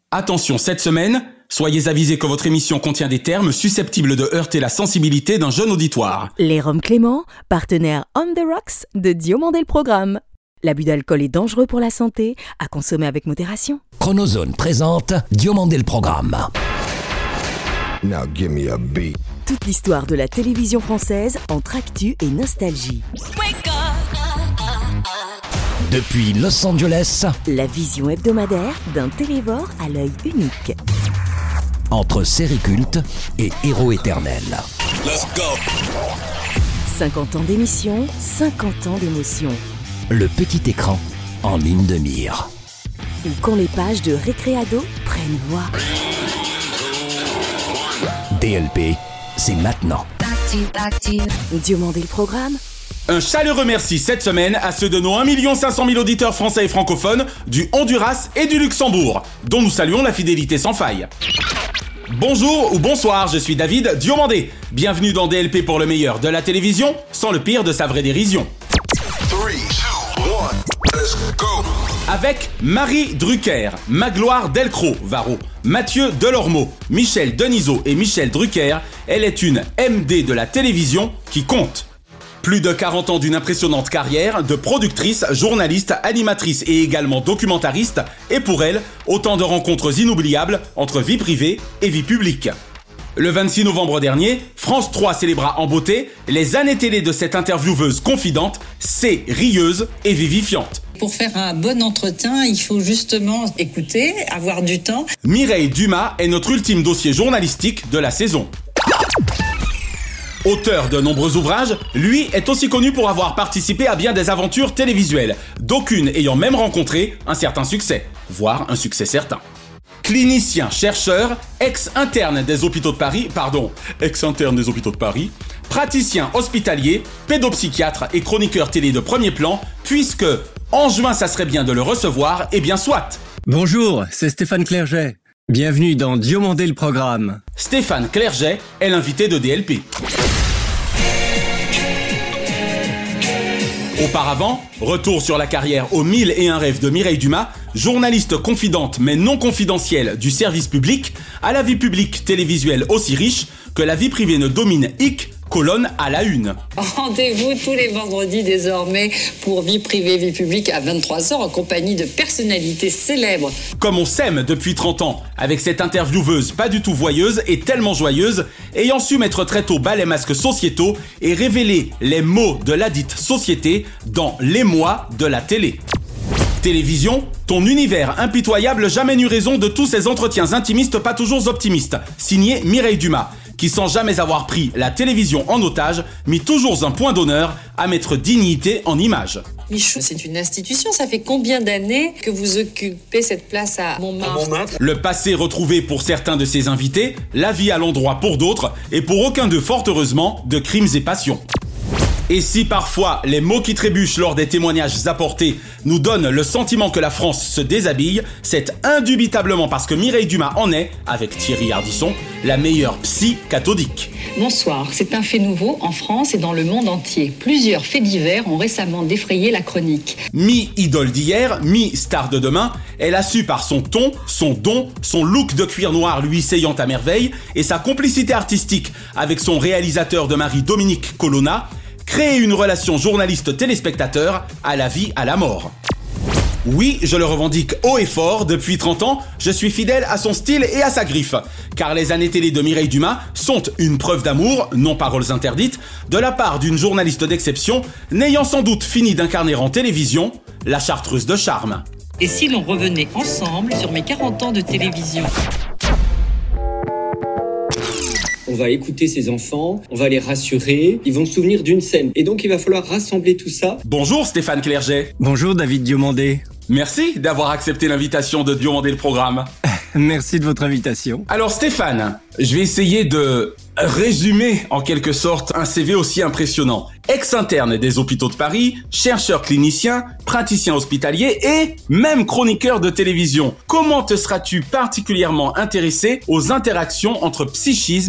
Attention, cette semaine, soyez avisés que votre émission contient des termes susceptibles de heurter la sensibilité d'un jeune auditoire. Les Roms Clément, partenaire On the Rocks de Diomandé le Programme. L'abus d'alcool est dangereux pour la santé, à consommer avec modération. Chronozone présente Diomandé le Programme. Now give me a beat. Toute l'histoire de la télévision française entre actu et nostalgie. Depuis Los Angeles, La vision hebdomadaire d'un télévore à l'œil unique. entre séries cultes et héros éternels. Let's go. 50 ans d'émission, 50 ans d'émotion. Le petit écran en ligne de mire. Ou quand les pages de Récréado prennent voix. DLP, c'est maintenant. Diomandé le Programme. Un chaleureux merci cette semaine à ceux de nos 1 500 000 auditeurs français et francophones du Honduras et du Luxembourg, dont nous saluons la fidélité sans faille. Bonjour ou bonsoir, je suis David Diomandé. Bienvenue dans DLP pour le meilleur de la télévision, sans le pire de sa vraie dérision. 3, 2, 1, let's go. Avec Marie Drucker, Magloire Delcros, Varro, Mathieu Delormeau, Michel Denisot et Michel Drucker, elle est une MD de la télévision qui compte. Plus de 40 ans d'une impressionnante carrière de productrice, journaliste, animatrice et également documentariste, et pour elle, autant de rencontres inoubliables entre vie privée et vie publique. Le 26 novembre dernier, France 3 célébra en beauté les années télé de cette intervieweuse confidente, rieuse et vivifiante. Pour faire un bon entretien, il faut justement écouter, avoir du temps. Mireille Dumas est notre ultime dossier journalistique de la saison. Auteur de nombreux ouvrages, lui est aussi connu pour avoir participé à bien des aventures télévisuelles, d'aucunes ayant même rencontré un certain succès, voire un succès certain. Clinicien, chercheur, ex-interne des hôpitaux de Paris, praticien hospitalier, pédopsychiatre et chroniqueur télé de premier plan, puisque en juin ça serait bien de le recevoir, et bien soit. Bonjour, c'est Stéphane Clerget. Bienvenue dans Diomandé le Programme. Stéphane Clerget est l'invité de DLP. Auparavant, retour sur la carrière aux 1001 rêves de Mireille Dumas, journaliste confidente mais non confidentielle du service public, à la vie publique télévisuelle aussi riche que la vie privée ne domine colonne à la une. Rendez-vous tous les vendredis désormais pour vie privée, vie publique à 23h en compagnie de personnalités célèbres. Comme on s'aime depuis 30 ans, avec cette intervieweuse pas du tout voyeuse et tellement joyeuse, ayant su mettre très tôt bas les masques sociétaux et révéler les mots de la dite société dans les mois de la télé. Télévision, ton univers impitoyable jamais n'eut raison de tous ces entretiens intimistes pas toujours optimistes, signé Mireille Dumas, qui sans jamais avoir pris la télévision en otage, mit toujours un point d'honneur à mettre dignité en image. Michou, c'est une institution, ça fait combien d'années que vous occupez cette place à Montmartre? Le passé retrouvé pour certains de ses invités, la vie à l'endroit pour d'autres, et pour aucun d'eux fort heureusement, de crimes et passions. Et si parfois les mots qui trébuchent lors des témoignages apportés nous donnent le sentiment que la France se déshabille, c'est indubitablement parce que Mireille Dumas en est, avec Thierry Ardisson, la meilleure psy cathodique. Bonsoir, c'est un fait nouveau en France et dans le monde entier. Plusieurs faits divers ont récemment défrayé la chronique. Mi-idole d'hier, mi-star de demain, elle a su par son ton, son don, son look de cuir noir lui saillant à merveille et sa complicité artistique avec son réalisateur de mari Dominique Colonna, créer une relation journaliste-téléspectateur à la vie, à la mort. Oui, je le revendique haut et fort, depuis 30 ans, je suis fidèle à son style et à sa griffe. Car les années télé de Mireille Dumas sont une preuve d'amour, non paroles interdites, de la part d'une journaliste d'exception, n'ayant sans doute fini d'incarner en télévision la chartreuse de charme. Et si l'on revenait ensemble sur mes 40 ans de télévision? On va écouter ces enfants, on va les rassurer, ils vont se souvenir d'une scène. Et donc il va falloir rassembler tout ça. Bonjour Stéphane Clerget. Bonjour David Diomandé. Merci d'avoir accepté l'invitation de Diomandé le Programme. Merci de votre invitation. Alors Stéphane, je vais essayer de résumer en quelque sorte un CV aussi impressionnant. Ex-interne des hôpitaux de Paris, chercheur clinicien, praticien hospitalier et même chroniqueur de télévision. Comment te seras-tu particulièrement intéressé aux interactions entre psychisme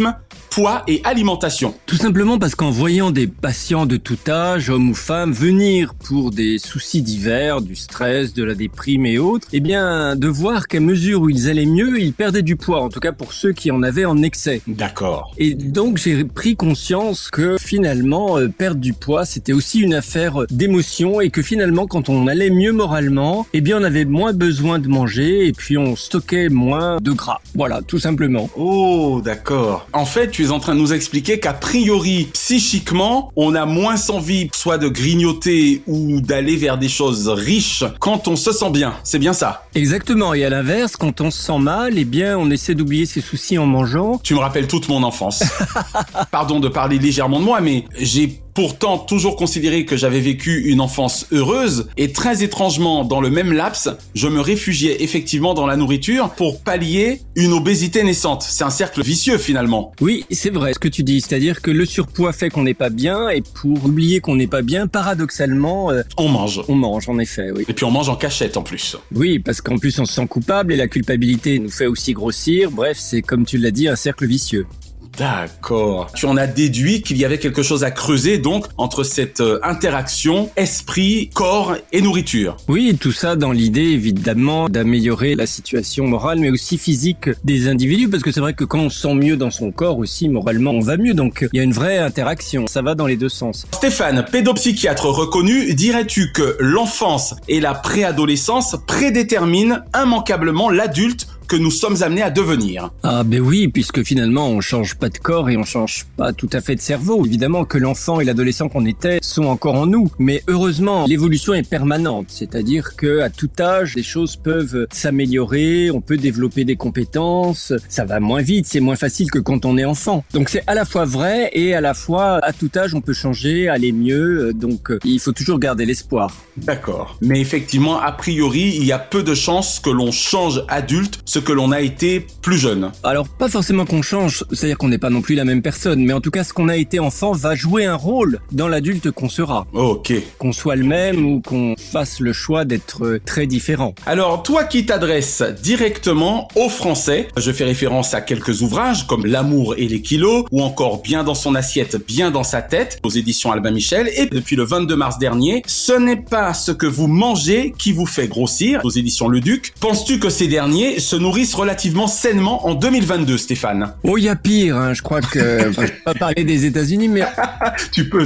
poids et alimentation. Tout simplement parce qu'en voyant des patients de tout âge, hommes ou femmes, venir pour des soucis divers, du stress, de la déprime et autres, eh bien, de voir qu'à mesure où ils allaient mieux, ils perdaient du poids, en tout cas pour ceux qui en avaient en excès. D'accord. Et donc, j'ai pris conscience que finalement, perdre du poids, c'était aussi une affaire d'émotion et que finalement, quand on allait mieux moralement, eh bien, on avait moins besoin de manger et puis on stockait moins de gras. Voilà, tout simplement. Oh, d'accord. En fait, tu es en train de nous expliquer qu'a priori, psychiquement, on a moins envie soit de grignoter ou d'aller vers des choses riches quand on se sent bien. C'est bien ça? Exactement. Et à l'inverse, quand on se sent mal, eh bien, on essaie d'oublier ses soucis en mangeant. Tu me rappelles toute mon enfance. Pardon de parler légèrement de moi, mais j'ai pourtant toujours considéré que j'avais vécu une enfance heureuse et très étrangement, dans le même laps, je me réfugiais effectivement dans la nourriture pour pallier une obésité naissante. C'est un cercle vicieux finalement. Oui, c'est vrai ce que tu dis, c'est-à-dire que le surpoids fait qu'on n'est pas bien et pour oublier qu'on n'est pas bien, paradoxalement... on mange. On mange, en effet, oui. Et puis on mange en cachette en plus. Oui, parce qu'en plus on se sent coupable et la culpabilité nous fait aussi grossir. Bref, c'est comme tu l'as dit, un cercle vicieux. D'accord. Tu en as déduit qu'il y avait quelque chose à creuser donc entre cette interaction esprit, corps et nourriture. Oui, tout ça dans l'idée évidemment d'améliorer la situation morale mais aussi physique des individus parce que c'est vrai que quand on se sent mieux dans son corps aussi moralement on va mieux donc il y a une vraie interaction, ça va dans les deux sens. Stéphane, pédopsychiatre reconnu, dirais-tu que l'enfance et la préadolescence prédéterminent immanquablement l'adulte que nous sommes amenés à devenir? Ah ben oui, puisque finalement on change pas de corps et on change pas tout à fait de cerveau. Évidemment que l'enfant et l'adolescent qu'on était sont encore en nous, mais heureusement l'évolution est permanente, c'est-à-dire que à tout âge les choses peuvent s'améliorer, on peut développer des compétences, ça va moins vite, c'est moins facile que quand on est enfant. Donc c'est à la fois vrai et à la fois à tout âge on peut changer, aller mieux, donc il faut toujours garder l'espoir. D'accord. Mais effectivement, a priori, il y a peu de chances que l'on change adulte ce que l'on a été plus jeune. Alors, pas forcément qu'on change, c'est-à-dire qu'on n'est pas non plus la même personne, mais en tout cas, ce qu'on a été enfant va jouer un rôle dans l'adulte qu'on sera. Ok. Qu'on soit le même ou qu'on fasse le choix d'être très différent. Alors, toi qui t'adresses directement aux Français, je fais référence à quelques ouvrages comme L'amour et les kilos, ou encore Bien dans son assiette, bien dans sa tête, aux éditions Albin Michel, et depuis le 22 mars dernier, Ce n'est pas ce que vous mangez qui vous fait grossir, aux éditions Le Duc. Penses-tu que ces derniers se nourrissent relativement sainement en 2022, Stéphane? Oh, il y a pire, hein. Je crois que... Enfin, je vais pas parler des États-Unis, mais... Tu peux.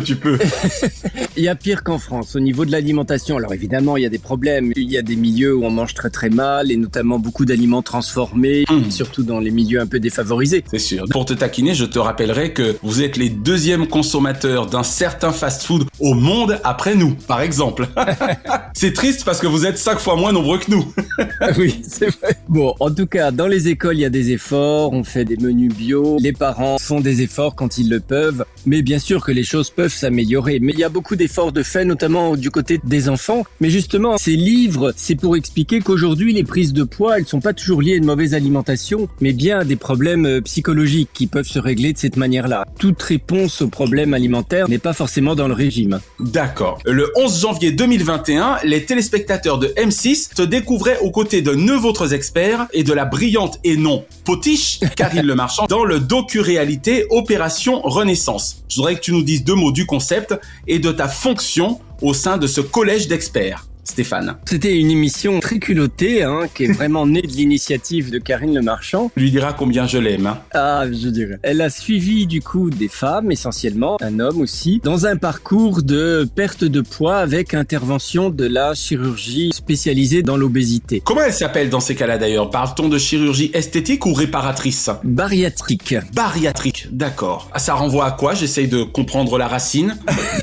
Il y a pire qu'en France, au niveau de l'alimentation. Alors évidemment, il y a des problèmes. Il y a des milieux où on mange très très mal, et notamment beaucoup d'aliments transformés, surtout dans les milieux un peu défavorisés. C'est sûr. Pour te taquiner, je te rappellerai que vous êtes les deuxièmes consommateurs d'un certain fast-food au monde après nous, par exemple. C'est triste parce que vous êtes 5 fois moins nombreux que nous. Oui, c'est vrai. Bon, en tout cas, dans les écoles, il y a des efforts, on fait des menus bio, les parents font des efforts quand ils le peuvent, mais bien sûr que les choses peuvent s'améliorer. Mais il y a beaucoup d'efforts de fait, notamment du côté des enfants. Mais justement, ces livres, c'est pour expliquer qu'aujourd'hui, les prises de poids, elles sont pas toujours liées à une mauvaise alimentation, mais bien à des problèmes psychologiques qui peuvent se régler de cette manière-là. Toute réponse aux problèmes alimentaires n'est pas forcément dans le régime. D'accord. Le 11 janvier 2021, les téléspectateurs de M6 se découvraient aux côtés de 9 autres experts et de la brillante et non potiche Karine Le Marchand dans le docu-réalité Opération Renaissance. Je voudrais que tu nous dises 2 mots du concept et de ta fonction au sein de ce collège d'experts. Stéphane. C'était une émission très culottée, qui est vraiment née de l'initiative de Karine Le Marchand. Lui dira combien je l'aime. Ah, je dirais. Elle a suivi du coup des femmes essentiellement, un homme aussi, dans un parcours de perte de poids avec intervention de la chirurgie spécialisée dans l'obésité. Comment elle s'appelle dans ces cas-là d'ailleurs? Parle-t-on de chirurgie esthétique ou réparatrice? Bariatrique. Bariatrique, d'accord. Ça renvoie à quoi? J'essaye de comprendre la racine.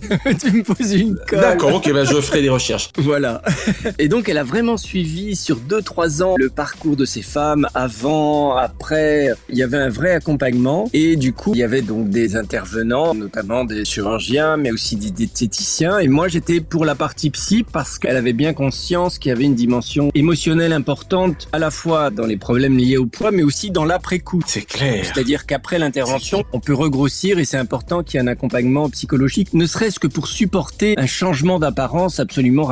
Tu me poses une colle. D'accord, ok, je ferai des recherches. Voilà. Et donc elle a vraiment suivi sur 2-3 ans le parcours de ces femmes, avant, après, il y avait un vrai accompagnement et du coup il y avait donc des intervenants, notamment des chirurgiens mais aussi des diététiciens, et moi j'étais pour la partie psy parce qu'elle avait bien conscience qu'il y avait une dimension émotionnelle importante à la fois dans les problèmes liés au poids mais aussi dans l'après-coup. C'est clair. C'est-à-dire qu'après l'intervention on peut regrossir et c'est important qu'il y ait un accompagnement psychologique, ne serait-ce que pour supporter un changement d'apparence absolument radical.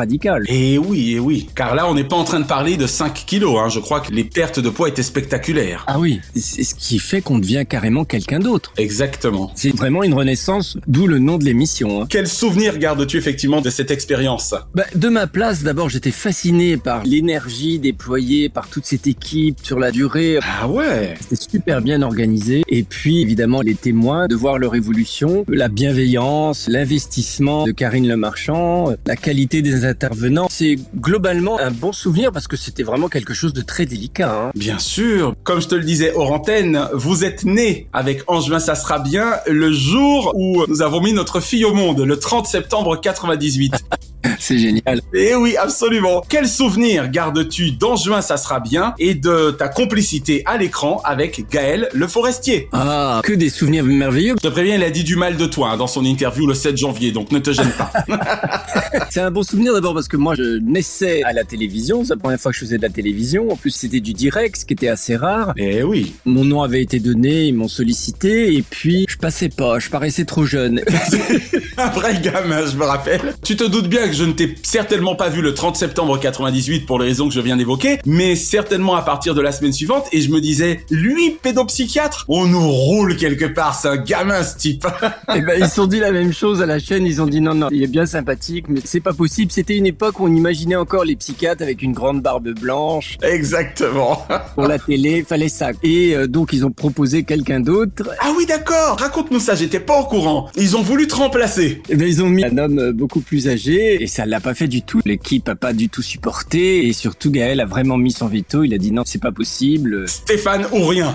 Et oui, car là on n'est pas en train de parler de 5 kilos, hein. Je crois que les pertes de poids étaient spectaculaires. Ah oui, c'est ce qui fait qu'on devient carrément quelqu'un d'autre. Exactement. C'est vraiment une renaissance, d'où le nom de l'émission. Hein. Quel souvenir gardes-tu effectivement de cette expérience ? De ma place, d'abord, j'étais fasciné par l'énergie déployée par toute cette équipe sur la durée. Ah ouais. C'était super bien organisé. Et puis, évidemment, les témoins, de voir leur évolution, la bienveillance, l'investissement de Karine Le Marchand, la qualité des intervenants. C'est globalement un bon souvenir parce que c'était vraiment quelque chose de très délicat. Hein. Bien sûr. Comme je te le disais hors antenne, vous êtes né avec Angevin ça sera bien le jour où nous avons mis notre fille au monde, le 30 septembre 98. C'est génial. Et oui, absolument. Quel souvenir gardes-tu d'Angevin ça sera bien et de ta complicité à l'écran avec Gaël Le Forestier ? Ah, que des souvenirs merveilleux. Je te préviens, il a dit du mal de toi dans son interview le 7 janvier, donc ne te gêne pas. C'est un bon souvenir d'abord parce que moi je naissais à la télévision, c'est la première fois que je faisais de la télévision, en plus c'était du direct, ce qui était assez rare. Eh oui. Mon nom avait été donné, ils m'ont sollicité et puis je paraissais trop jeune. Un vrai gamin, je me rappelle. Tu te doutes bien que je ne t'ai certainement pas vu le 30 septembre 98 pour les raisons que je viens d'évoquer, mais certainement à partir de la semaine suivante et je me disais, lui, pédopsychiatre, on nous roule quelque part, c'est un gamin ce type. Et ils se sont dit la même chose à la chaîne, ils ont dit non, il est bien sympathique, mais c'est pas possible, c'était une époque où on imaginait encore les psychiatres avec une grande barbe blanche. Exactement. Pour la télé, fallait ça. Et donc ils ont proposé quelqu'un d'autre. Ah oui d'accord, raconte-nous ça, j'étais pas au courant. Ils ont voulu te remplacer. Et ils ont mis un homme beaucoup plus âgé et ça l'a pas fait du tout. L'équipe a pas du tout supporté et surtout Gaël a vraiment mis son veto, il a dit non, c'est pas possible. Stéphane ou rien.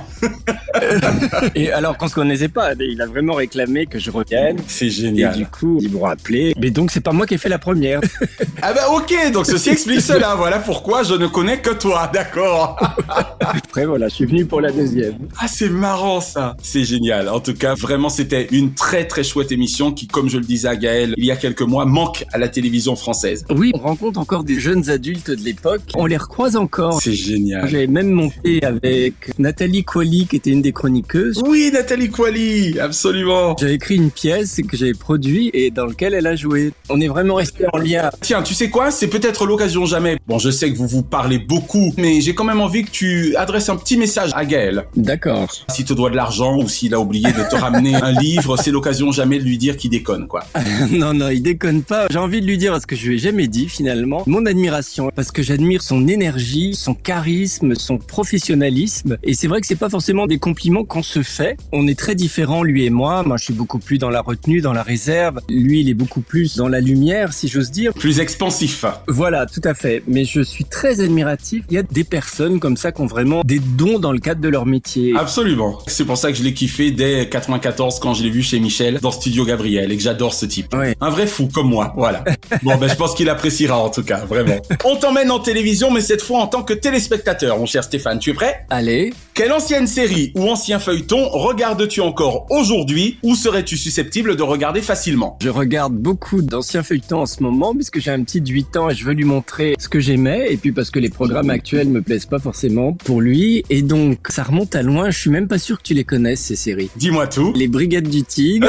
Et alors qu'on se connaissait pas, il a vraiment réclamé que je revienne. C'est génial. Et du coup, ils m'ont appelé. Mais donc c'est pas moi qui ai fait la première. Ah ok, donc ceci explique cela, voilà pourquoi je ne connais que toi, d'accord. Après voilà, je suis venu pour la deuxième. Ah c'est marrant ça, c'est génial. En tout cas, vraiment c'était une très très chouette émission qui, comme je le disais à Gaël il y a quelques mois, manque à la télévision française. Oui, on rencontre encore des jeunes adultes de l'époque, on les recroise encore. C'est génial. J'avais même monté avec Nathalie Quali qui était une des chroniqueuses. Oui, Nathalie Quali, absolument. J'avais écrit une pièce que j'avais produite et dans laquelle elle a joué. On est vraiment restés en lien. Tiens, tu sais quoi, c'est peut-être l'occasion jamais. Bon, je sais que vous parlez beaucoup, mais j'ai quand même envie que tu adresses un petit message à Gaël. D'accord. S'il te doit de l'argent ou s'il a oublié de te ramener un livre, c'est l'occasion jamais de lui dire qu'il déconne, quoi. Non, il déconne pas. J'ai envie de lui dire, parce que je lui ai jamais dit finalement, mon admiration. Parce que j'admire son énergie, son charisme, son professionnalisme. Et c'est vrai que c'est pas forcément des compliments qu'on se fait. On est très différents, lui et moi. Moi, je suis beaucoup plus dans la retenue, dans la réserve. Lui, il est beaucoup plus dans la lumière, si j'ose dire. Plus expansif. Voilà, tout à fait. Mais je suis très admiratif. Il y a des personnes comme ça qui ont vraiment des dons dans le cadre de leur métier. Absolument. C'est pour ça que je l'ai kiffé dès 94 quand je l'ai vu chez Michel dans Studio Gabriel et que j'adore ce type. Ouais. Un vrai fou comme moi, voilà. Bon, je pense qu'il appréciera en tout cas, vraiment. On t'emmène en télévision, mais cette fois en tant que téléspectateur, mon cher Stéphane. Tu es prêt ? Allez. Quelle ancienne série ou ancien feuilleton regardes-tu encore aujourd'hui ou serais-tu susceptible de regarder facilement ? Je regarde beaucoup d'anciens feuilletons en ce moment puisque j'ai un petit de 8 ans et je veux lui montrer ce que j'aimais et puis parce que les programmes actuels me plaisent pas forcément pour lui et donc ça remonte à loin, je suis même pas sûr que tu les connaisses ces séries. Dis-moi tout. Les Brigades du Tigre.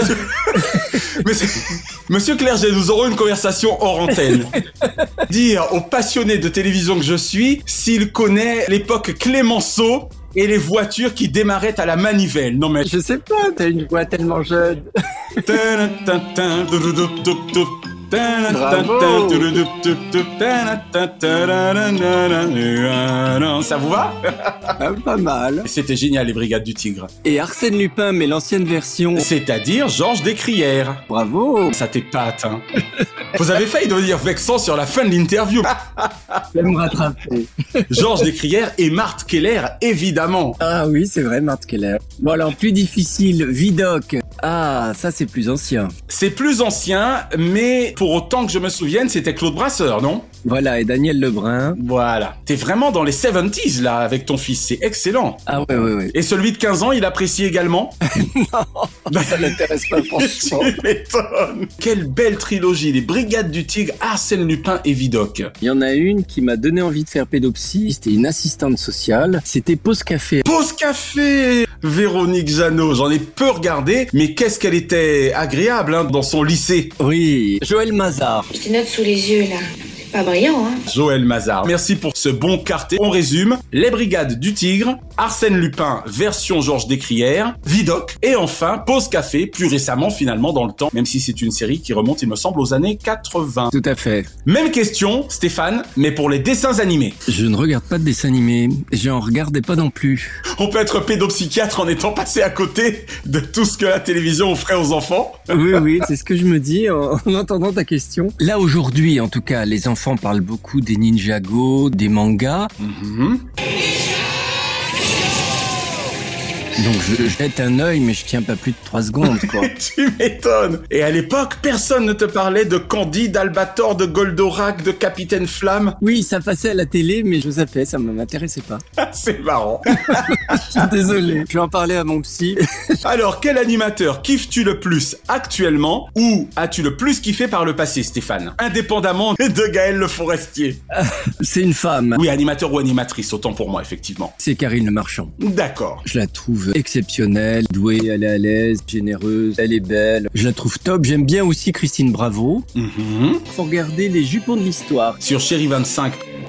Monsieur Clerget, nous aurons une conversation hors antenne. Dire au passionné de télévision que je suis s'il connaît l'époque Clémenceau et les voitures qui démarraient à la manivelle. Non mais... Je sais pas, t'as une voix tellement jeune. Bravo. Ça vous va ? Pas mal. C'était génial, les Brigades du Tigre. Et Arsène Lupin, mais l'ancienne version. C'est-à-dire Georges Descrières. Bravo. Ça t'épate, hein. Vous avez failli devenir vexant sur la fin de l'interview. Je vais me rattraper. Georges Descrières et Marthe Keller, évidemment. Ah oui, c'est vrai, Marthe Keller. Bon alors, plus difficile, Vidocq. Ah, ça c'est plus ancien. C'est plus ancien, mais pour autant que je me souvienne, c'était Claude Brasseur, non ? Voilà, et Daniel Lebrun. Voilà. T'es vraiment dans les 70s, là, avec ton fils. C'est excellent. Ah ouais. Et celui de 15 ans, il apprécie également ? Non, ça l'intéresse pas franchement. Tu m'étonnes. Quelle belle trilogie, les Brigades du Tigre, Arsène Lupin et Vidocq. Il y en a une qui m'a donné envie de faire pédopsie. C'était une assistante sociale. C'était Pause Café. Pause Café ! Véronique Jeannot, j'en ai peu regardé, mais qu'est-ce qu'elle était agréable, hein, dans son lycée. Oui, Joël Mazar. Je te note sous les yeux, là. Pas brillant, hein. Joël Mazard. Merci pour ce bon quartet. On résume. Les Brigades du Tigre, Arsène Lupin version Georges Descrières, Vidocq et enfin Pause Café, plus récemment finalement dans le temps, même si c'est une série qui remonte il me semble aux années 80. Tout à fait. Même question Stéphane, mais pour les dessins animés. Je ne regarde pas de dessins animés, j'en regardais pas non plus. On peut être pédopsychiatre en étant passé à côté de tout ce que la télévision offrait aux enfants. Oui, c'est ce que je me dis en entendant ta question. Là aujourd'hui en tout cas, les enfants parlent beaucoup des Ninjago, des mangas. Donc je jette un œil, mais je tiens pas plus de 3 secondes, quoi. Tu m'étonnes. Et à l'époque, personne ne te parlait de Candy, d'Albator, de Goldorak, de Capitaine Flamme. Oui, ça passait à la télé, mais je zappais, ça m'intéressait pas. C'est marrant. Je suis désolé. Je vais en parler à mon psy. Alors, quel animateur kiffes-tu le plus actuellement ou as-tu le plus kiffé par le passé, Stéphane? Indépendamment de Gaël Le Forestier. C'est une femme. Oui, animateur ou animatrice, autant pour moi, effectivement. C'est Karine Le Marchand. D'accord. Je la trouve exceptionnelle, douée, elle est à l'aise, généreuse, elle est belle. Je la trouve top. J'aime bien aussi Christine Bravo. Faut regarder Les Jupons de l'Histoire. Sur Chérie 25.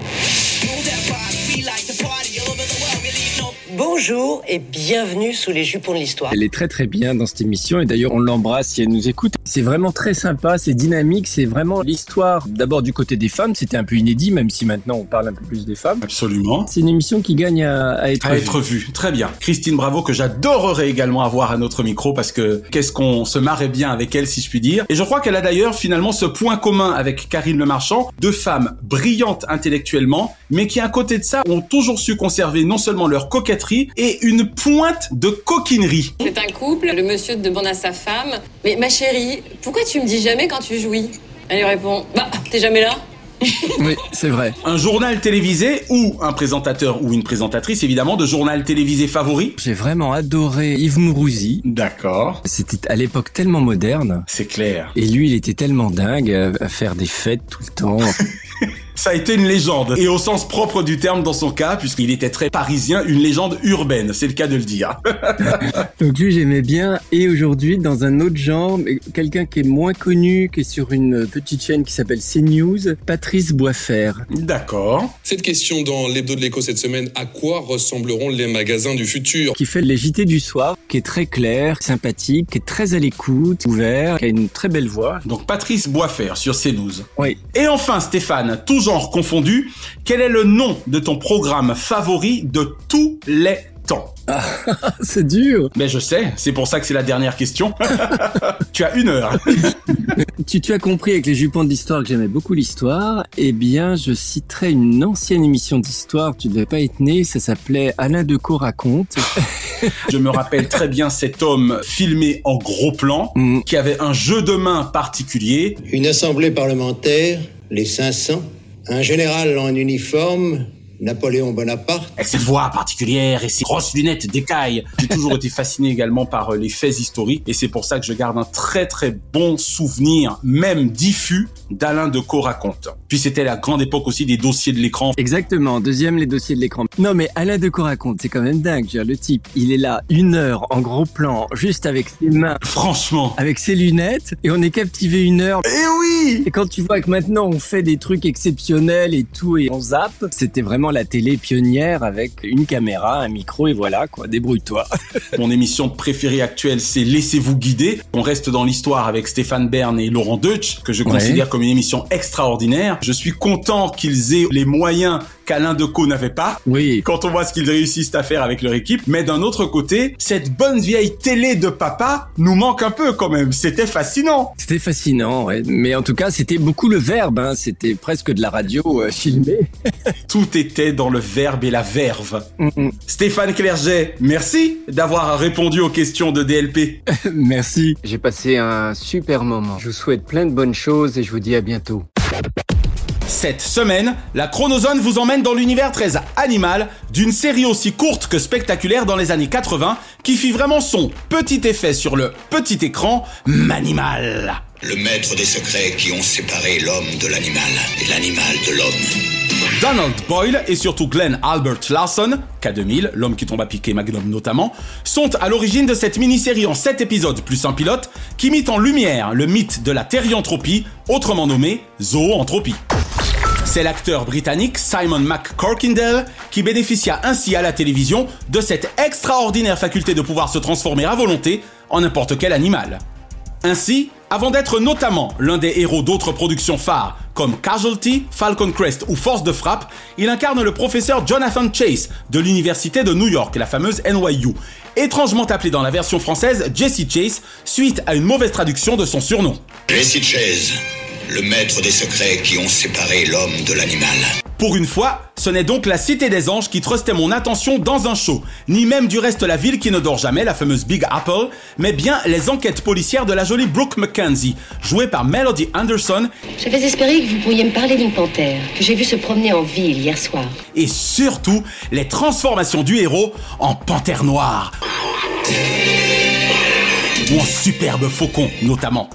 Bonjour et bienvenue sous Les Jupons de l'Histoire. Elle est très très bien dans cette émission et d'ailleurs on l'embrasse si elle nous écoute. C'est vraiment très sympa, c'est dynamique, c'est vraiment l'histoire d'abord du côté des femmes, c'était un peu inédit même si maintenant on parle un peu plus des femmes. Absolument. C'est une émission qui gagne à être vue. Très bien. Christine Bravo que j'adorerais également avoir à notre micro parce que qu'est-ce qu'on se marrait bien avec elle si je puis dire. Et je crois qu'elle a d'ailleurs finalement ce point commun avec Karine Le Marchand, deux femmes brillantes intellectuellement mais qui à côté de ça ont toujours su conserver non seulement leur coquetterie et une pointe de coquinerie. C'est un couple, le monsieur demande à sa femme « Mais ma chérie, pourquoi tu me dis jamais quand tu jouis ?» Elle lui répond « Bah, t'es jamais là ?» Oui, c'est vrai. Un journal télévisé ou un présentateur ou une présentatrice évidemment de journal télévisé favori. J'ai vraiment adoré Yves Mourouzi. D'accord. C'était à l'époque tellement moderne. C'est clair. Et lui, il était tellement dingue à faire des fêtes tout le temps. Ça a été une légende, et au sens propre du terme dans son cas, puisqu'il était très parisien, une légende urbaine, c'est le cas de le dire. Donc lui, j'aimais bien, et aujourd'hui, dans un autre genre, quelqu'un qui est moins connu, qui est sur une petite chaîne qui s'appelle CNews, Patrice Boisfer. D'accord. Cette question dans l'hebdo de l'écho cette semaine, à quoi ressembleront les magasins du futur? Qui fait les JT du soir, qui est très clair, sympathique, qui est très à l'écoute, ouvert, qui a une très belle voix. Donc Patrice Boisfer sur CNews. Oui. Et enfin Stéphane, tout genre confondu, quel est le nom de ton programme favori de tous les temps? Ah, c'est dur. Mais je sais, c'est pour ça que c'est la dernière question. Tu as 1 heure. Tu as compris avec Les Jupons de l'Histoire que j'aimais beaucoup l'histoire. Eh bien, je citerai une ancienne émission d'histoire, tu devais pas être né, ça s'appelait Alain Decaux raconte. Je me rappelle très bien cet homme filmé en gros plan, qui avait un jeu de main particulier. Une assemblée parlementaire, les 500, un général en uniforme, Napoléon Bonaparte. Avec cette voix particulière et ses grosses lunettes d'écaille. J'ai toujours été fasciné également par les faits historiques et c'est pour ça que je garde un très très bon souvenir, même diffus, d'Alain Decaux raconte. Puis c'était la grande époque aussi des dossiers de l'écran. Exactement, deuxième les dossiers de l'écran. Non mais Alain Decaux raconte, c'est quand même dingue. Le type, il est là 1 heure en gros plan, juste avec ses mains. Franchement. Avec ses lunettes et on est captivé 1 heure. Eh oui. Et quand tu vois que maintenant on fait des trucs exceptionnels et tout et on zappe, c'était vraiment la télé pionnière avec une caméra, un micro et voilà quoi, débrouille-toi. Mon émission préférée actuelle, c'est Laissez-vous guider. On reste dans l'histoire avec Stéphane Bern et Laurent Deutsch, que je considère comme une émission extraordinaire. Je suis content qu'ils aient les moyens qu'Alain Decaux n'avait pas. Oui. Quand on voit ce qu'ils réussissent à faire avec leur équipe. Mais d'un autre côté, cette bonne vieille télé de papa nous manque un peu quand même. C'était fascinant. C'était fascinant, ouais. Mais en tout cas, c'était beaucoup le verbe, hein. C'était presque de la radio filmée. Tout était dans le verbe et la verve. Stéphane Clerget, merci d'avoir répondu aux questions de DLP. Merci. J'ai passé un super moment. Je vous souhaite plein de bonnes choses et je vous dis à bientôt. Cette semaine, la Chronozone vous emmène dans l'univers très animal d'une série aussi courte que spectaculaire dans les années 80 qui fit vraiment son petit effet sur le petit écran, Manimal. Le maître des secrets qui ont séparé l'homme de l'animal et l'animal de l'homme. Donald Boyle et surtout Glenn Albert Larson, K2000, l'homme qui tombe à piquer Magnum notamment, sont à l'origine de cette mini-série en 7 épisodes plus un pilote qui mit en lumière le mythe de la thérianthropie, autrement nommé zoanthropie. C'est l'acteur britannique Simon McCorkindale qui bénéficia ainsi à la télévision de cette extraordinaire faculté de pouvoir se transformer à volonté en n'importe quel animal. Ainsi, avant d'être notamment l'un des héros d'autres productions phares comme Casualty, Falcon Crest ou Force de frappe, il incarne le professeur Jonathan Chase de l'université de New York, la fameuse NYU, étrangement appelé dans la version française Jesse Chase suite à une mauvaise traduction de son surnom. Jesse Chase, le maître des secrets qui ont séparé l'homme de l'animal. Pour une fois, ce n'est donc la Cité des Anges qui trustait mon attention dans un show, ni même du reste la ville qui ne dort jamais, la fameuse Big Apple, mais bien les enquêtes policières de la jolie Brooke Mackenzie, jouée par Melody Anderson. J'avais espéré que vous pourriez me parler d'une panthère, que j'ai vu se promener en ville hier soir. Et surtout, les transformations du héros en panthère noire. Ou en superbe faucon, notamment.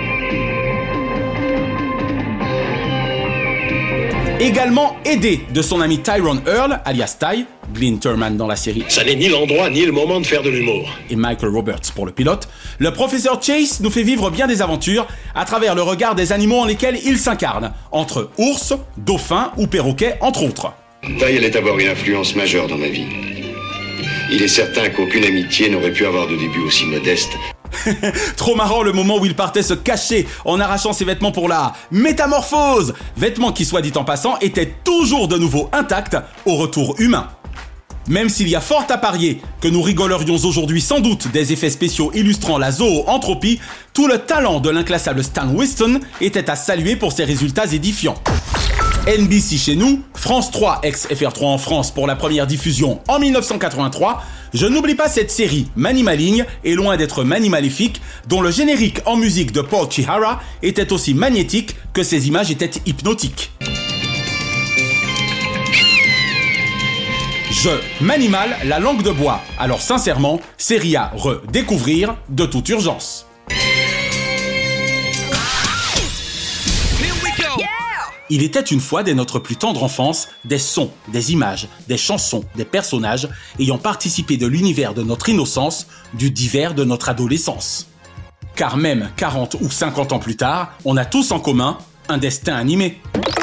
Également aidé de son ami Tyrone Earl, alias Ty, Glyn Turman dans la série. Ça n'est ni l'endroit ni le moment de faire de l'humour. Et Michael Roberts pour le pilote, le professeur Chase nous fait vivre bien des aventures à travers le regard des animaux en lesquels il s'incarne, entre ours, dauphins ou perroquets, entre autres. Ty allait avoir une influence majeure dans ma vie. Il est certain qu'aucune amitié n'aurait pu avoir de début aussi modeste. Trop marrant le moment où il partait se cacher en arrachant ses vêtements pour la métamorphose, vêtements qui, soit dit en passant, étaient toujours de nouveau intacts au retour humain. Même s'il y a fort à parier que nous rigolerions aujourd'hui sans doute des effets spéciaux illustrant la zooentropie, tout le talent de l'inclassable Stan Winston était à saluer pour ses résultats édifiants. NBC chez nous, France 3 ex-FR3 en France pour la première diffusion en 1983, je n'oublie pas cette série Mani-Maligne et loin d'être Mani-Maléfique, dont le générique en musique de Paul Chihara était aussi magnétique que ses images étaient hypnotiques. Je m'animal la langue de bois, alors sincèrement, série à redécouvrir de toute urgence. Il était une fois dès notre plus tendre enfance des sons, des images, des chansons, des personnages ayant participé de l'univers de notre innocence, du divers de notre adolescence. Car même 40 ou 50 ans plus tard, on a tous en commun un destin animé.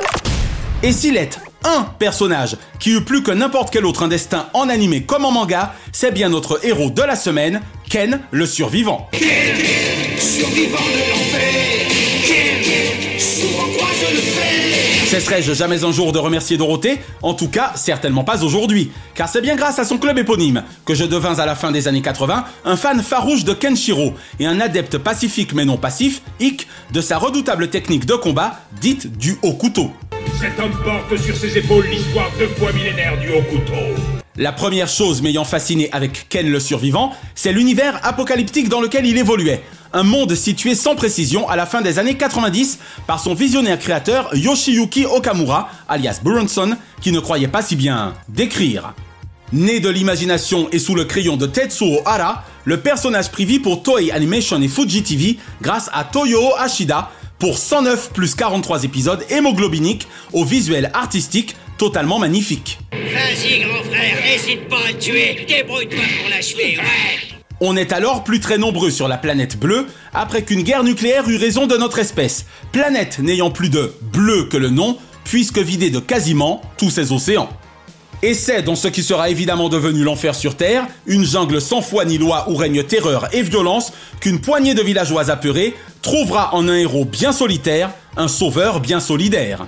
Et s'il est un personnage qui eut plus que n'importe quel autre un destin en animé comme en manga, c'est bien notre héros de la semaine, Ken le survivant. Ken, survivant de l'enfer. Ken, souvent quoi je le fais. Cesserai-je jamais un jour de remercier Dorothée ? En tout cas, certainement pas aujourd'hui. Car c'est bien grâce à son club éponyme que je devins à la fin des années 80 un fan farouche de Kenshiro et un adepte pacifique mais non passif, de sa redoutable technique de combat, dite du haut couteau. Cet homme porte sur ses épaules l'histoire 2 fois millénaire du haut couteau. La première chose m'ayant fasciné avec Ken le survivant, c'est l'univers apocalyptique dans lequel il évoluait. Un monde situé sans précision à la fin des années 90 par son visionnaire créateur Yoshiyuki Okamura, alias Buronson, qui ne croyait pas si bien décrire. Né de l'imagination et sous le crayon de Tetsuo Hara, le personnage prit vie pour Toei Animation et Fuji TV grâce à Toyo Ashida pour 109 plus 43 épisodes hémoglobiniques au visuel artistique totalement magnifique. Vas-y grand frère, n'hésite pas à le tuer, débrouille-toi pour l'achever, ouais. On est alors plus très nombreux sur la planète bleue après qu'une guerre nucléaire eut raison de notre espèce, planète n'ayant plus de bleu que le nom puisque vidée de quasiment tous ses océans. Et c'est dans ce qui sera évidemment devenu l'enfer sur Terre, une jungle sans foi ni loi où règne terreur et violence, qu'une poignée de villageois apeurés trouvera en un héros bien solitaire, un sauveur bien solidaire.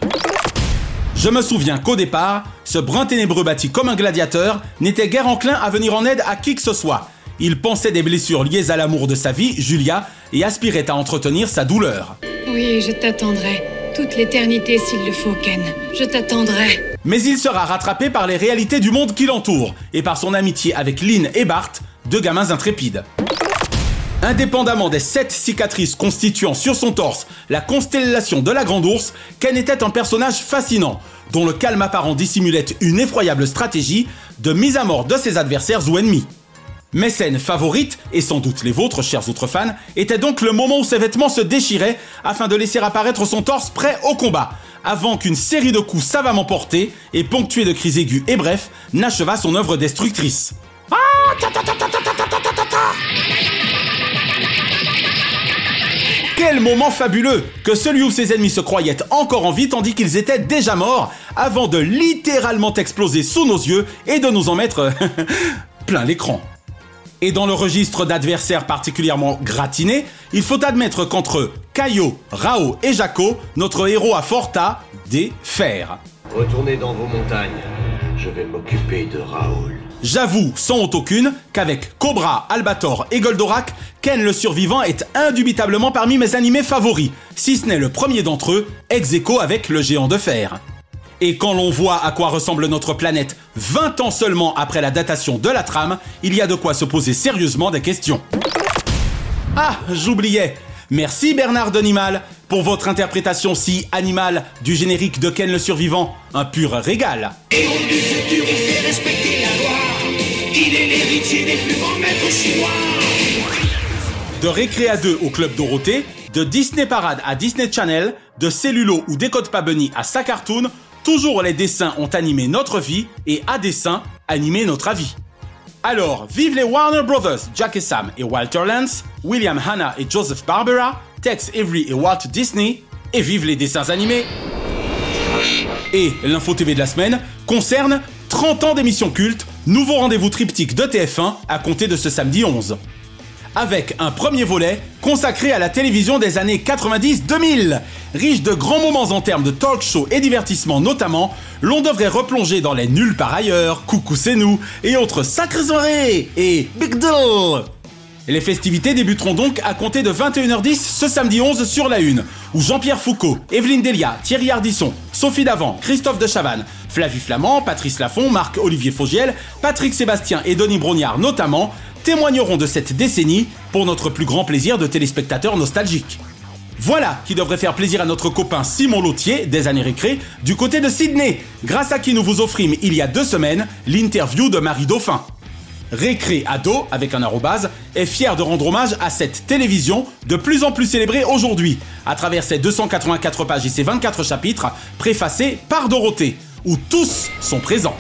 Je me souviens qu'au départ, ce brin ténébreux bâti comme un gladiateur n'était guère enclin à venir en aide à qui que ce soit. Il pensait des blessures liées à l'amour de sa vie, Julia, et aspirait à entretenir sa douleur. Oui, je t'attendrai. Toute l'éternité s'il le faut, Ken. Je t'attendrai. Mais il sera rattrapé par les réalités du monde qui l'entoure, et par son amitié avec Lynn et Bart, deux gamins intrépides. Indépendamment des 7 cicatrices constituant sur son torse la constellation de la Grande Ourse, Ken était un personnage fascinant, dont le calme apparent dissimulait une effroyable stratégie de mise à mort de ses adversaires ou ennemis. Mes scènes favorites, et sans doute les vôtres, chers autres fans, étaient donc le moment où ses vêtements se déchiraient afin de laisser apparaître son torse prêt au combat, avant qu'une série de coups savamment portés et ponctués de cris aigus et brefs n'achevât son œuvre destructrice. Quel moment fabuleux que celui où ses ennemis se croyaient encore en vie tandis qu'ils étaient déjà morts avant de littéralement exploser sous nos yeux et de nous en mettre plein l'écran. Et dans le registre d'adversaires particulièrement gratinés, il faut admettre qu'entre Caillot, Rao et Jaco, notre héros a fort à défaire. Retournez dans vos montagnes, je vais m'occuper de Raoul. J'avoue, sans honte aucune, qu'avec Cobra, Albator et Goldorak, Ken le Survivant est indubitablement parmi mes animés favoris, si ce n'est le premier d'entre eux, ex aequo avec le Géant de Fer. Et quand l'on voit à quoi ressemble notre planète 20 ans seulement après la datation de la trame, il y a de quoi se poser sérieusement des questions. Ah, j'oubliais. Merci Bernard Denimal pour votre interprétation si animale du générique de Ken le Survivant. Un pur régal. Héros du futur, il fait respecter la loi. Il est l'héritier des plus grands maîtres chinois. De Récréa 2 au Club Dorothée, de Disney Parade à Disney Channel, de Cellulo ou Décode pas Bunny à sa cartoon, toujours les dessins ont animé notre vie et à dessin, animé notre avis. Alors, vive les Warner Brothers, Jack et Sam et Walter Lantz, William Hanna et Joseph Barbera, Tex Avery et Walt Disney, et vive les dessins animés. Et l'info TV de la semaine concerne 30 ans d'émissions cultes, nouveau rendez-vous triptyque de TF1 à compter de ce samedi 11. Avec un premier volet consacré à la télévision des années 90-2000. Riche de grands moments en termes de talk show et divertissement notamment, l'on devrait replonger dans les nuls par ailleurs, Coucou c'est nous, et autres sacrées soirées, et Big Deal. Les festivités débuteront donc à compter de 21h10 ce samedi 11 sur la Une, où Jean-Pierre Foucault, Evelyne Delia, Thierry Ardisson, Sophie Davant, Christophe de Chavannes, Flavie Flamand, Patrice Laffont, Marc-Olivier Fogiel, Patrick Sébastien et Denis Brognard notamment, témoigneront de cette décennie pour notre plus grand plaisir de téléspectateurs nostalgiques. Voilà qui devrait faire plaisir à notre copain Simon Lautier, des années récré, du côté de Sydney, grâce à qui nous vous offrîmes il y a 2 semaines l'interview de Marie Dauphin. Récré Ado, avec un arrobase, est fier de rendre hommage à cette télévision de plus en plus célébrée aujourd'hui, à travers ses 284 pages et ses 24 chapitres, préfacés par Dorothée, où tous sont présents.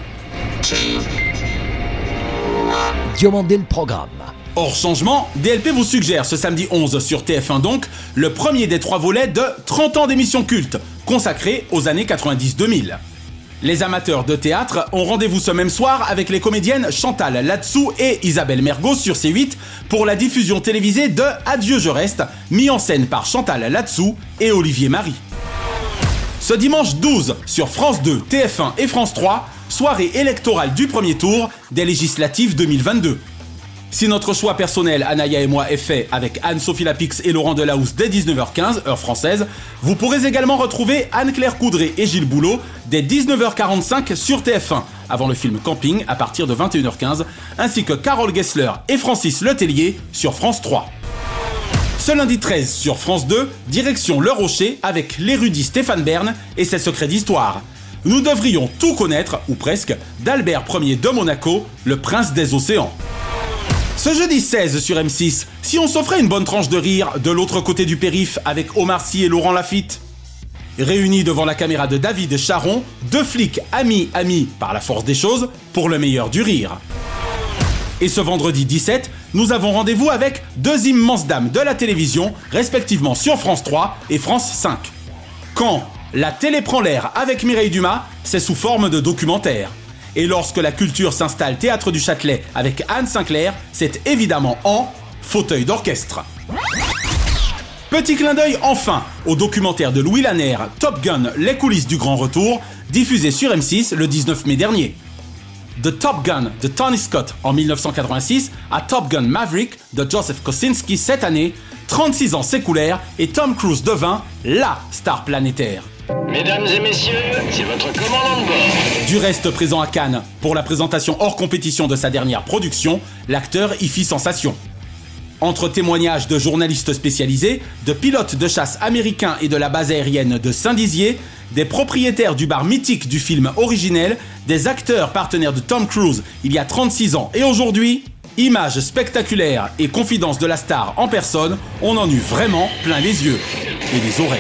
Diomandé le programme. Hors changement, DLP vous suggère ce samedi 11 sur TF1 donc, le premier des 3 volets de 30 ans d'émissions cultes, consacrés aux années 90-2000. Les amateurs de théâtre ont rendez-vous ce même soir avec les comédiennes Chantal Latsou et Isabelle Mergo sur C8 pour la diffusion télévisée de Adieu je reste, mis en scène par Chantal Latsou et Olivier Marie. Ce dimanche 12 sur France 2, TF1 et France 3, soirée électorale du premier tour des législatives 2022. Si notre choix personnel, Anaya et moi, est fait avec Anne-Sophie Lapix et Laurent Delahousse dès 19h15, heure française, vous pourrez également retrouver Anne-Claire Coudray et Gilles Boulot dès 19h45 sur TF1, avant le film Camping à partir de 21h15, ainsi que Carole Gessler et Francis Letellier sur France 3. Ce lundi 13 sur France 2, direction Le Rocher avec l'érudit Stéphane Bern et ses secrets d'histoire. Nous devrions tout connaître, ou presque, d'Albert Ier de Monaco, le prince des océans. Ce jeudi 16 sur M6, si on s'offrait une bonne tranche de rire de l'autre côté du périph' avec Omar Sy et Laurent Lafitte. Réunis devant la caméra de David Charon, 2 flics amis par la force des choses pour le meilleur du rire. Et ce vendredi 17, nous avons rendez-vous avec 2 immenses dames de la télévision, respectivement sur France 3 et France 5. Quand la télé prend l'air avec Mireille Dumas, c'est sous forme de documentaire. Et lorsque la culture s'installe Théâtre du Châtelet avec Anne Sinclair, c'est évidemment en fauteuil d'orchestre. Petit clin d'œil enfin au documentaire de Louis Lanner, Top Gun, les coulisses du grand retour, diffusé sur M6 le 19 mai dernier. De Top Gun de Tony Scott en 1986 à Top Gun Maverick de Joseph Kosinski cette année, 36 ans s'écoulèrent et Tom Cruise devint LA star planétaire. Mesdames et messieurs, c'est votre commandant de bord. Du reste présent à Cannes, pour la présentation hors compétition de sa dernière production, l'acteur y fit sensation. Entre témoignages de journalistes spécialisés, de pilotes de chasse américains et de la base aérienne de Saint-Dizier, des propriétaires du bar mythique du film originel, des acteurs partenaires de Tom Cruise il y a 36 ans et aujourd'hui, images spectaculaires et confidences de la star en personne, on en eut vraiment plein les yeux et les oreilles.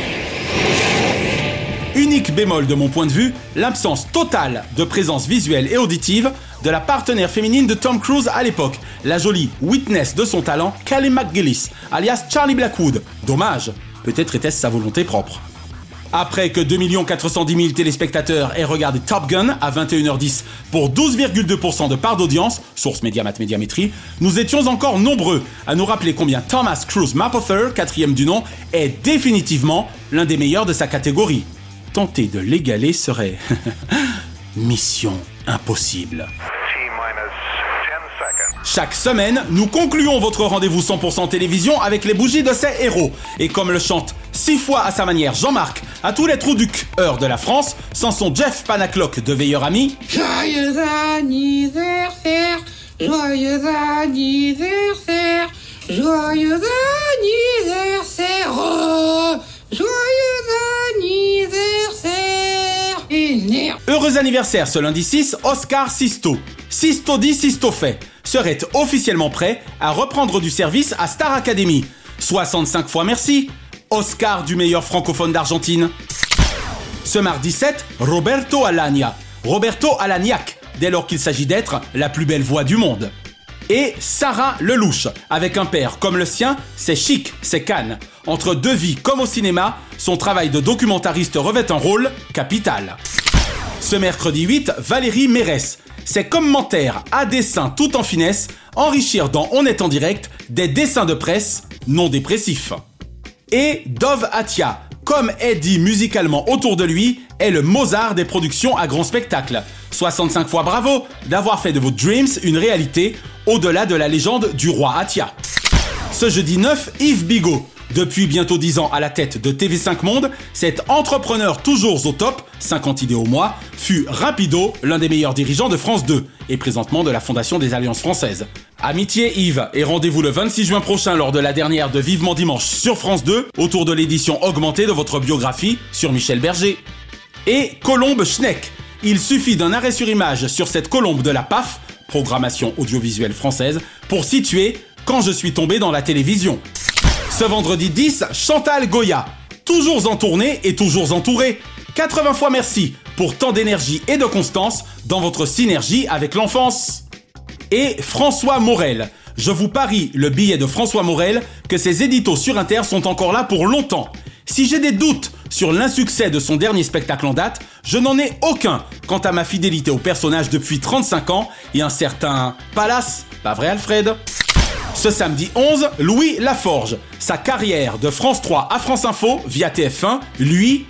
Unique bémol de mon point de vue, l'absence totale de présence visuelle et auditive de la partenaire féminine de Tom Cruise à l'époque, la jolie witness de son talent, Kelly McGillis, alias Charlie Blackwood. Dommage, Peut-être était-ce sa volonté propre. Après que 2 410 000 téléspectateurs aient regardé Top Gun à 21h10 pour 12,2% de part d'audience, source Mediamat Médiamétrie, nous étions encore nombreux à nous rappeler combien Thomas Cruise Mapother, 4e du nom, est définitivement l'un des meilleurs de sa catégorie. Tenter de l'égaler serait mission impossible. Chaque semaine, nous concluons votre rendez-vous 100% télévision avec les bougies de ces héros. Et comme le chante 6 fois à sa manière Jean-Marc, à tous les trous du cœur de la France, sans son Jeff Panaclock de Veilleur Ami. Joyeux anniversaire, joyeux anniversaire, joyeux anniversaire, oh, joyeux anniversaire. Heureux anniversaire ce lundi 6, Oscar Sisto. Sisto dit, Sisto fait. Serait officiellement prêt à reprendre du service à Star Academy. 65 fois merci, Oscar du meilleur francophone d'Argentine. Ce mardi 7, Roberto Alagnac, dès lors qu'il s'agit d'être la plus belle voix du monde. Et Sarah Lelouch, avec un père comme le sien, c'est chic, c'est Cannes. Entre deux vies comme au cinéma, son travail de documentariste revêt un rôle capital. Ce mercredi 8, Valérie Mérès. Ses commentaires à dessin tout en finesse enrichir dans On est en direct des dessins de presse non dépressifs. Et Dove Atia, comme est dit musicalement autour de lui, est le Mozart des productions à grand spectacle. 65 fois bravo d'avoir fait de vos dreams une réalité au-delà de la légende du roi Atia. Ce jeudi 9, Yves Bigot. Depuis bientôt 10 ans à la tête de TV5 Monde, cet entrepreneur toujours au top, 50 idées au mois, fut rapido l'un des meilleurs dirigeants de France 2 et présentement de la Fondation des Alliances Françaises. Amitié Yves et rendez-vous le 26 juin prochain lors de la dernière de Vivement Dimanche sur France 2 autour de l'édition augmentée de votre biographie sur Michel Berger. Et Colombe Schneck. Il suffit d'un arrêt sur image sur cette colombe de la PAF, programmation audiovisuelle française, pour situer Quand je suis tombé dans la télévision. Ce vendredi 10, Chantal Goya. Toujours en tournée et toujours entourée. 80 fois merci pour tant d'énergie et de constance dans votre synergie avec l'enfance. Et François Morel. Je vous parie le billet de François Morel que ses éditos sur Inter sont encore là pour longtemps. Si j'ai des doutes sur l'insuccès de son dernier spectacle en date, je n'en ai aucun quant à ma fidélité au personnage depuis 35 ans et un certain Palace, pas vrai Alfred ? Ce samedi 11, Louis Laforge. Sa carrière de France 3 à France Info via TF1, Louis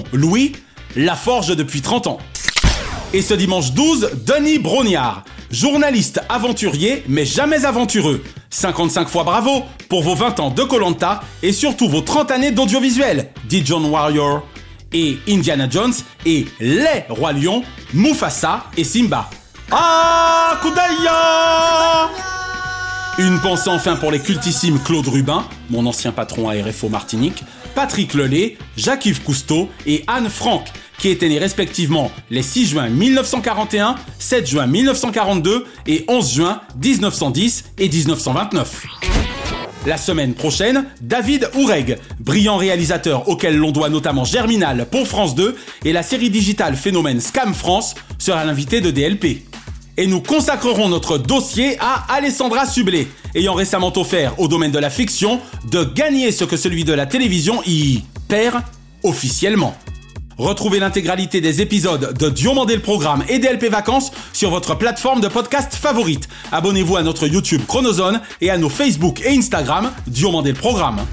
Laforge depuis 30 ans. Et ce dimanche 12, Denis Brognard. Journaliste aventurier mais jamais aventureux. 55 fois bravo pour vos 20 ans de Koh-Lanta et surtout vos 30 années d'audiovisuel, dit John Warrior. Et Indiana Jones et les Rois Lions, Mufasa et Simba. Ah, Kudaya! Une pensée enfin pour les cultissimes Claude Rubin, mon ancien patron à RFO Martinique, Patrick Lelay, Jacques-Yves Cousteau et Anne Frank, qui étaient nés respectivement les 6 juin 1941, 7 juin 1942 et 11 juin 1910 et 1929. La semaine prochaine, David Oureg, brillant réalisateur auquel l'on doit notamment Germinal pour France 2 et la série digitale Phénomène Scam France, sera l'invité de DLP. Et nous consacrerons notre dossier à Alessandra Sublet, ayant récemment offert au domaine de la fiction de gagner ce que celui de la télévision y perd officiellement. Retrouvez l'intégralité des épisodes de Diomandé le Programme et DLP Vacances sur votre plateforme de podcast favorite. Abonnez-vous à notre YouTube Chronozone et à nos Facebook et Instagram Diomandé le Programme.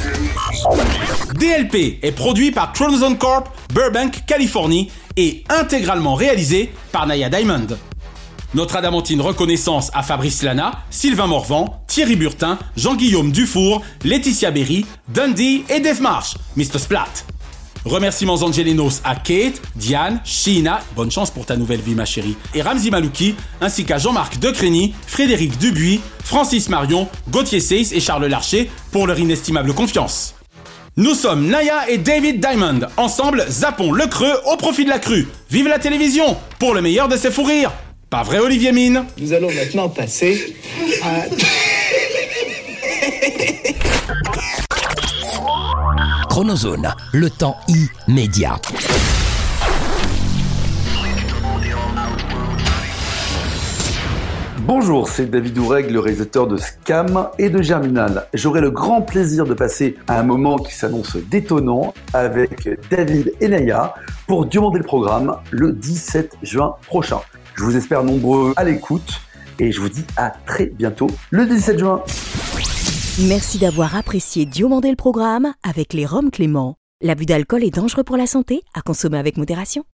DLP est produit par Chronozone Corp, Burbank, Californie et intégralement réalisé par Naya Diamond. Notre adamantine reconnaissance à Fabrice Lana, Sylvain Morvan, Thierry Burtin, Jean-Guillaume Dufour, Laetitia Berry, Dundee et Dave Marsh, Mr. Splat. Remerciements angelinos à Kate, Diane, Sheena, bonne chance pour ta nouvelle vie ma chérie, et Ramzi Malouki, ainsi qu'à Jean-Marc Decrény, Frédéric Dubuis, Francis Marion, Gauthier Seyss et Charles Larcher pour leur inestimable confiance. Nous sommes Naya et David Diamond. Ensemble, zappons le creux au profit de la crue. Vive la télévision pour le meilleur de ses fous rires. Pas vrai, Olivier Mine? Nous allons maintenant passer à... Chronozone, le temps immédiat. Bonjour, c'est David Oureg, le réalisateur de Scam et de Germinal. J'aurai le grand plaisir de passer un moment qui s'annonce détonnant avec David et Naya pour demander le programme le 17 juin prochain. Je vous espère nombreux à l'écoute et je vous dis à très bientôt le 17 juin. Merci d'avoir apprécié Diomandé le programme avec les Roms Clément. L'abus d'alcool est dangereux pour la santé, à consommer avec modération.